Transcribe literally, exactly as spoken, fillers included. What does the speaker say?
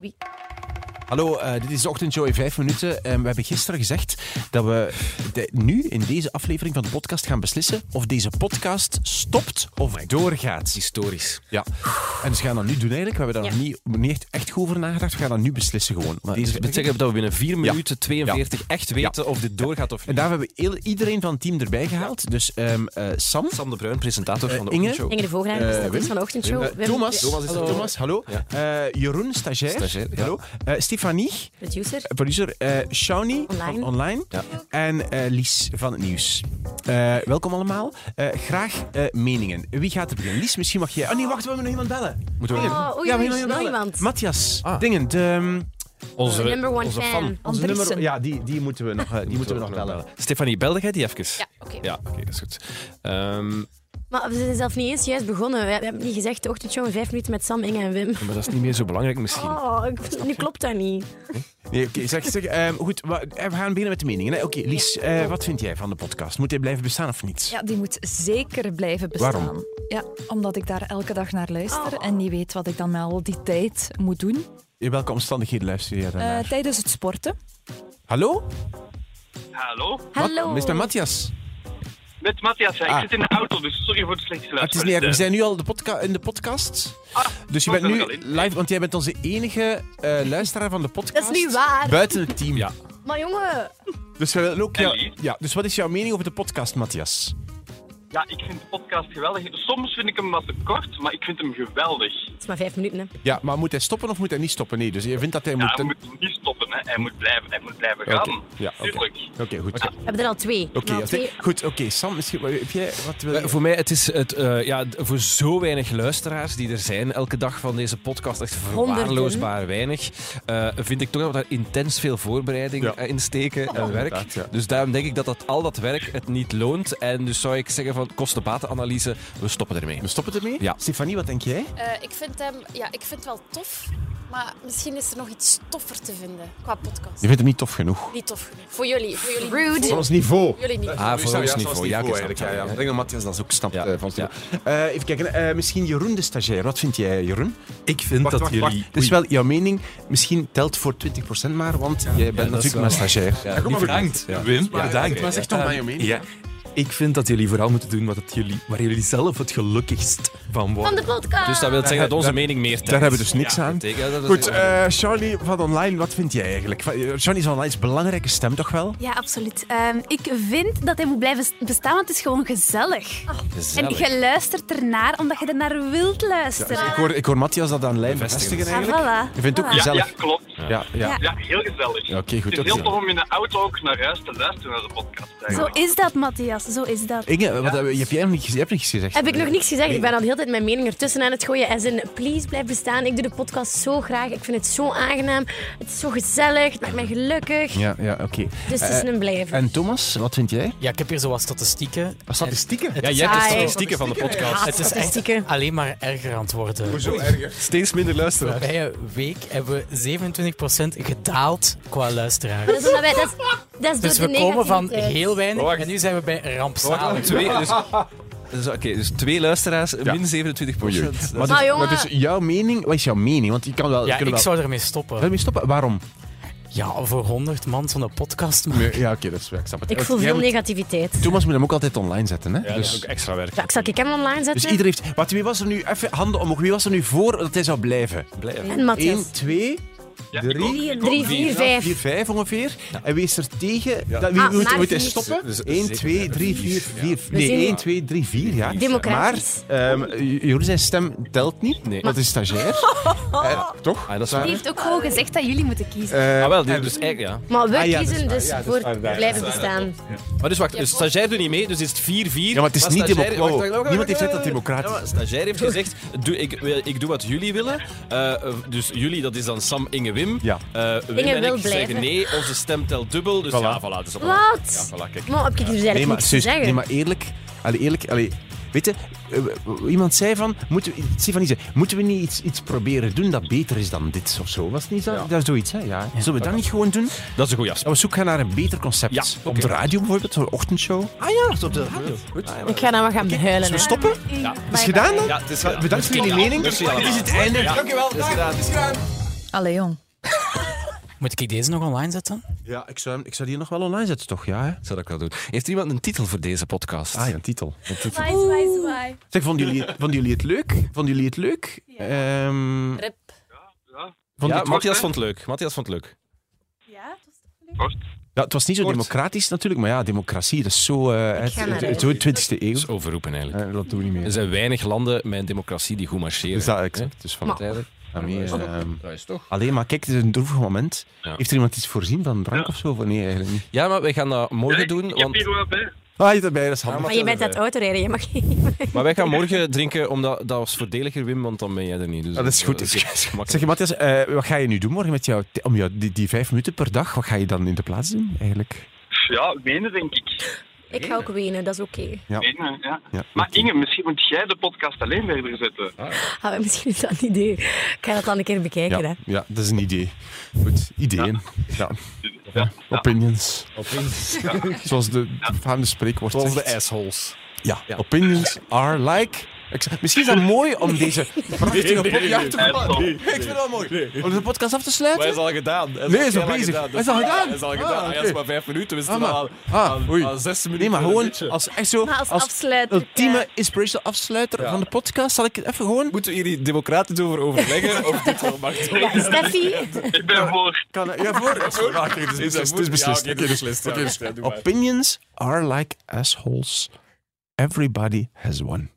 Wie? Hallo, uh, dit is de ochtendshow in vijf minuten. Uh, we hebben gisteren gezegd dat we de, nu in deze aflevering van de podcast gaan beslissen of deze podcast stopt of oh doorgaat. Historisch. Ja. En dus we gaan dat nu doen eigenlijk. We hebben daar ja. nog niet, niet echt, echt goed over nagedacht. We gaan dat nu beslissen gewoon. Maar deze betekent dat we binnen vier minuten tweeënveertig ja. echt weten ja. of dit doorgaat of niet. En daar hebben we heel, iedereen van het team erbij gehaald. Dus um, uh, Sam. Sam de Bruin, presentator uh, van de Inge. ochtendshow. Inge de Vogelaar, presentator uh, van de ochtendshow. Uh, Wim. Thomas. Thomas, hallo. Thomas, hallo. Ja. Uh, Jeroen, stagiair. Stagiair, ja. Hallo. Uh, Stefanie. Producer. Uh, producer. Uh, Shawnee online. van online. Ja. En uh, Lies van het nieuws. Uh, welkom allemaal. Uh, graag uh, meningen. Wie gaat er beginnen? Lies, misschien mag jij... Oh nee, wacht, we hebben nog iemand bellen. Moeten we oh, oei, ja, we oei, hebben nog iemand. Matthias. Ah. Dingen, de... Um, Onze, number one onze fan. fan. Onze nummer, ja, die, die moeten we nog, uh, die moeten we nog bellen. bellen. Stefanie, belde jij die even? Ja, oké. Okay. Ja, oké, okay, dat is goed. Um, Maar we zijn zelf niet eens juist begonnen. We hebben niet gezegd de ochtendshow in vijf minuten met Sam, Inge en Wim. maar dat is niet meer zo belangrijk misschien. Oh, ik, nu klopt dat niet. Nee, oké, okay, zeg, zeg. Um, goed, we gaan beginnen met de meningen. Oké, okay, Lies, uh, wat vind jij van de podcast? Moet hij blijven bestaan of niet? Ja, die moet zeker blijven bestaan. Waarom? Ja, omdat ik daar elke dag naar luister oh. en niet weet wat ik dan met al die tijd moet doen. In welke omstandigheden luister je daarnaar? Uh, tijdens het sporten. Hallo? Hallo? Hallo. Wat? mister Matthias? Met Matthias, ja. Ik ah. zit in de auto, dus sorry voor het slechte geluid. Het is niet erg. We zijn nu al de podca- in de podcast. Ah, dus je bent nu live, want jij bent onze enige uh, luisteraar van de podcast. Dat is niet waar. Buiten het team. Ja. Maar jongen... Dus, we willen ook, ja, ja, dus wat is jouw mening over de podcast, Matthias? Ja, ik vind de podcast geweldig. Soms vind ik hem wat te kort, maar ik vind hem geweldig. Het is maar vijf minuten, hè. Ja, maar moet hij stoppen of moet hij niet stoppen? Nee, dus je vindt dat hij ja, moet... hij moet niet stoppen, hè. Hij moet blijven, hij moet blijven gaan. Okay. Ja, oké. Okay. Oké, okay, goed. Okay. We hebben er al twee. Oké, okay, twee... goed. Oké, okay. Sam, misschien, heb jij, wat wil je... Uh, voor mij, het is het, uh, ja, voor zo weinig luisteraars die er zijn elke dag van deze podcast, echt verwaarloosbaar weinig, uh, vind ik toch dat we daar intens veel voorbereiding ja. in steken en oh. werk. Ja. Dus daarom denk ik dat, dat al dat werk het niet loont. En dus zou ik zeggen van kosten-batenanalyse, we stoppen ermee. We stoppen ermee? Ja. Stefanie, wat denk jij? Uh, ik vind hem, ja, ik vind het wel tof, maar misschien is er nog iets toffer te vinden qua podcast. Je vindt hem niet tof genoeg? Niet tof genoeg. Voor jullie. Voor jullie Rude. Voor van ons niveau. Jullie niet. Ah, voor ons niveau. Ja, eigenlijk. Ja, ja. Ik denk dat Matthias dat ook snapt. Ja. Uh, van ja. uh, even kijken. Uh, misschien Jeroen de stagiair. Wat vind jij, Jeroen? Ik vind wacht, dat wacht, jullie... Wacht. Het is wel jouw mening. Misschien telt voor twintig procent maar, want ja, jij bent ja, natuurlijk maar stagiair. Ja, ja, bedankt, ja. Wim. Ja, bedankt. Maar zeg toch maar jouw mening. Ja. Ik vind dat jullie vooral moeten doen wat het jullie, waar jullie zelf het gelukkigst van worden. Van de podcast! Dus dat wil zeggen dat onze daar, mening meer telt. Daar hebben we dus niks ja, aan. Ja, dat goed, uh, Charlie van Online, wat vind jij eigenlijk? Charlie is Online is een belangrijke stem toch wel? Ja, absoluut. Um, ik vind dat hij moet blijven bestaan, want het is gewoon gezellig. Oh, gezellig. En je luistert ernaar omdat je ernaar wilt luisteren. Ja, ik, hoor, ik hoor Matthias dat aan lijn bevestigen eigenlijk. Ah, voilà. Je vindt het ook voilà. gezellig? Ja, ja klopt. Ja, ja. Ja. ja heel gezellig. Ja, okay, goed, het is okay. heel tof om in de auto ook naar huis te luisteren naar de podcast. Eigenlijk. Zo is dat, Matthias. Zo is dat. Inge, wat, ja. je, hebt jij nog niet, je hebt niks gezegd. Heb ik nog niks gezegd? Nee. Ik ben al de hele tijd mijn mening ertussen aan het gooien. En zin, please, blijf bestaan. Ik doe de podcast zo graag. Ik vind het zo aangenaam. Het is zo gezellig. Het maakt mij gelukkig. Ja, ja, oké. Okay. Dus het is uh, een blijven. En Thomas, wat vind jij? Ja, ik heb hier zo wat statistieken. Wat statistieken? Het ja, jij hebt de statistieken van de podcast. Ja, het is echt alleen maar erger aan het worden. Hoezo erger? Steeds minder luisteraars. De voorbije week hebben we zevenentwintig procent gedaald qua luisteraars. Dat is wij, dat is, dat is dus we komen van heel weinig oh, en nu zijn we bij rampzalig. Twee, dus, dus, Oké, okay, dus twee luisteraars, ja. min zevenentwintig procent. Maar, dus, maar dus jouw mening, wat is jouw mening? Want je kan wel... Ja, ik wel... zou ermee stoppen. Ermee stoppen? Waarom? Ja, voor honderd man zo'n podcast maken. Ja, oké, okay, dat is ik snap het. Ik voel veel moet... negativiteit. Thomas moet hem ook altijd online zetten, hè? Ja, dus... dat is ook extra werk. Ja, ik zal ik hem online zetten? Dus iedereen heeft... Wat, wie was er nu... Even handen omhoog. Wie was er nu voor dat hij zou blijven? Blijven. En Matthias. één, twee... Ja, drie, drie, vier, vijf. vier, vijf ongeveer. Ja. En wie is er tegen? Ja. Dat, wie ah, moet, moet hij vier. stoppen? Dus, één, twee, drie, vier, vier. Nee, één, twee, drie, vier, ja. Democratisch. Maar um, Jeroen zijn stem telt niet. Nee. Dat is stagiair. uh, toch? Ah, dat is Hij heeft ook gewoon gezegd dat jullie moeten kiezen. Uh, ah, wel, dus, dus eigenlijk, ja. Maar we ah, ja, kiezen dus ja, voor blijven bestaan. Ja. Maar dus wacht, dus stagiair doet niet mee, dus is het vier vier. Ja, maar het is niet democratisch. Niemand heeft gezegd dat het democratisch is. Ja, stagiair heeft gezegd, doe, ik, ik doe wat jullie willen. Uh, dus jullie, dat is dan Sam, Inge, Wim. Ja. Uh, Wim Inge en wil ik blijven. zeggen nee, onze stem telt dubbel. Dus voilà. ja, voilà. Dus Wat? Ja, voilà, kijk. Maar heb ik dus eigenlijk nee, maar, niks zus, te zeggen? nee, maar eerlijk... Allee, eerlijk... Allee, weet je, uh, iemand zei van... Moeten we, Stefanie zei, moeten we niet iets, iets proberen doen dat beter is dan dit of zo? Was het niet dat? Ja. Dat is zoiets, hè? Ja. Ja. Zullen we dat niet gewoon doen? Dat is een goede afspraak. Dat we zoek gaan naar een beter concept. Ja, op okay. de radio bijvoorbeeld, zo'n ochtendshow. Ah ja, dat is op de radio. Goed. Ah, ja, ik ga dan maar gaan huilen. Zullen we stoppen? Ja. Is het gedaan dan? Ja, het is gedaan. Bedankt voor jullie mening. Dit is het einde. Ja. Dank je wel. Het is gedaan. Het is gedaan. Allee, jong. Moet ik deze nog online zetten? Ja, ik zou, ik zou die nog wel online zetten, toch? Ja, hè? Zou dat ik wel doen. Heeft iemand een titel voor deze podcast? Ah ja, een titel. Een titel. Zwaai, zwaai, zwaai. Zeg, vonden jullie, vonden jullie het leuk? Vonden jullie het leuk? Ja. Ehm, Rip. Ja, vond Ja, je het- Matthias vond het leuk. Matthias vond het leuk. Ja, het was toch leuk? kort. ja, het was niet zo Kort. democratisch natuurlijk, maar ja, democratie, dat is zo... eh, het, ga naar het- huis. zo twintigste eeuw. Dat is overroepen eigenlijk. Eh, dat doen we niet Er meer. zijn weinig landen met een democratie die goed marcheren. Dus dat, exact. Dus van Maar- Uiteindelijk. daarmee, ehm, Dat is toch? alleen maar kijk, het is een droevig moment. Ja. Heeft er iemand iets voorzien van drank Ja. of zo? Of nee, eigenlijk niet. Ja, maar wij gaan dat morgen Ja, doen. Ik heb Want... hier wel bij. Ah, je erbij, dat is handig. Maar je bent aan het autorijden, je mag niet. Maar wij gaan morgen drinken, omdat dat was voordeliger, Wim, want dan ben jij er niet. Dus Ah, dat is goed. is gemakkelijk. Zeg je, Matthias, eh, wat ga je nu doen morgen met jou, om jou, die, die vijf minuten per dag? Wat ga je dan in de plaats doen, eigenlijk? Ja, menen denk ik. Ik ga ook wenen, dat is oké. Ja. Menen, ja. Ja. Maar Inge, misschien moet jij de podcast alleen verder zetten. Ah, misschien is dat een idee. Ik ga dat dan een keer bekijken. Ja, Hè. ja, dat is een idee. Goed, ideeën. Ja. Ja. Opinions. Zoals de befaamde spreekwoord Zoals de zegt. assholes. Ja, opinions are like... Ik zeg- Misschien is dat mooi om deze prachtige podcast te nee, nee. Ik vind het wel mooi. Om de podcast af te sluiten. Maar hij is al gedaan. Hij Nee, hij is al al heel bezig. lang Hij is al gedaan? Hij is al Ah, gedaan. oké. Hij is maar vijf minuten. We Ah, zitten maar- al ah, aan, oei. aan zes minuten. Nee, maar een gewoon beetje. als, echt zo, Maar als, als afsluiter. ultieme ja. inspirational afsluiter Ja. van de podcast zal ik het even gewoon... Moeten we hier niet democratisch over overleggen? Of dit wel mag doen? Ja, Steffi, Ik ben voor. Kan, ja, voor. Ah, kijk, het is Is dat beslist. Het is beslist. Ja, oké, Oké, dus- beslist, ja. oké, dus Ja, doe maar. Opinions are like assholes. Everybody has one.